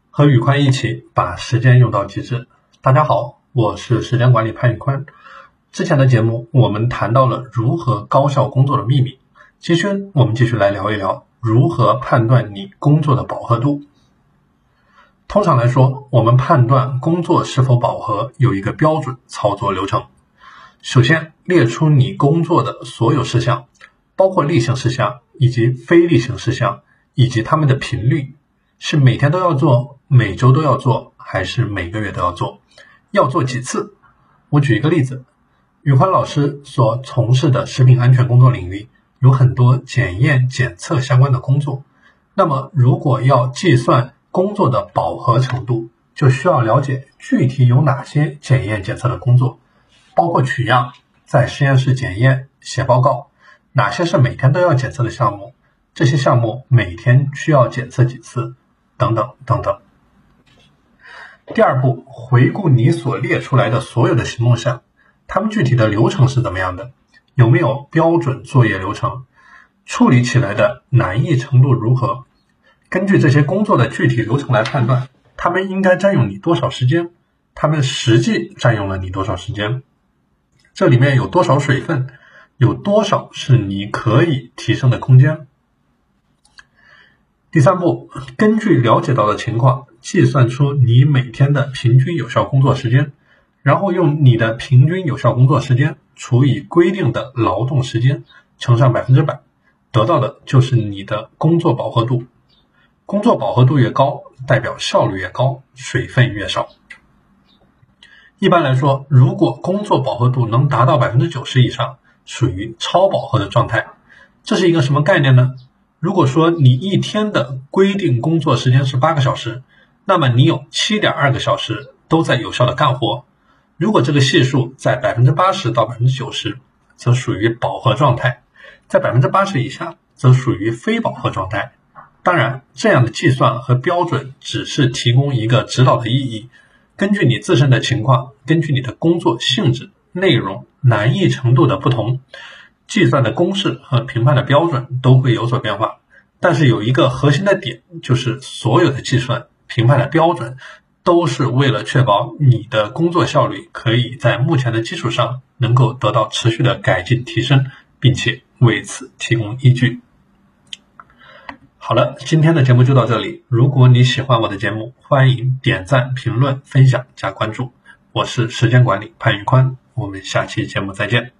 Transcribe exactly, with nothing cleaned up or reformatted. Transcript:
和宇宽一起把时间用到极致。大家好，我是时间管理潘宇宽。之前的节目我们谈到了如何高效工作的秘密，今天我们继续来聊一聊如何判断你工作的饱和度。通常来说，我们判断工作是否饱和有一个标准操作流程。首先，列出你工作的所有事项，包括例行事项以及非例行事项，以及它们的频率，是每天都要做，每周都要做，还是每个月都要做？要做几次？我举一个例子，宇宽老师所从事的食品安全工作领域有很多检验检测相关的工作，那么如果要计算工作的饱和程度，就需要了解具体有哪些检验检测的工作，包括取样、在实验室检验、写报告，哪些是每天都要检测的项目，这些项目每天需要检测几次，等等等等。第二步，回顾你所列出来的所有的行动项，它们具体的流程是怎么样的？有没有标准作业流程？处理起来的难易程度如何？根据这些工作的具体流程来判断，他们应该占用你多少时间，他们实际占用了你多少时间，这里面有多少水分，有多少是你可以提升的空间。第三步，根据了解到的情况，计算出你每天的平均有效工作时间，然后用你的平均有效工作时间除以规定的劳动时间乘上百分之百，得到的就是你的工作饱和度。工作饱和度越高，代表效率越高，水分越少。一般来说，如果工作饱和度能达到 百分之九十 以上，属于超饱和的状态。这是一个什么概念呢？如果说你一天的规定工作时间是八个小时，那么你有 七点二个小时都在有效的干活。如果这个系数在 百分之八十 到 百分之九十， 则属于饱和状态，在 百分之八十 以下则属于非饱和状态。当然，这样的计算和标准只是提供一个指导的意义，根据你自身的情况，根据你的工作性质、内容、难易程度的不同，计算的公式和评判的标准都会有所变化。但是有一个核心的点，就是所有的计算、评判的标准都是为了确保你的工作效率可以在目前的基础上能够得到持续的改进提升，并且为此提供依据。好了，今天的节目就到这里。如果你喜欢我的节目，欢迎点赞、评论、分享、加关注。我是时间管理潘宇宽，我们下期节目再见。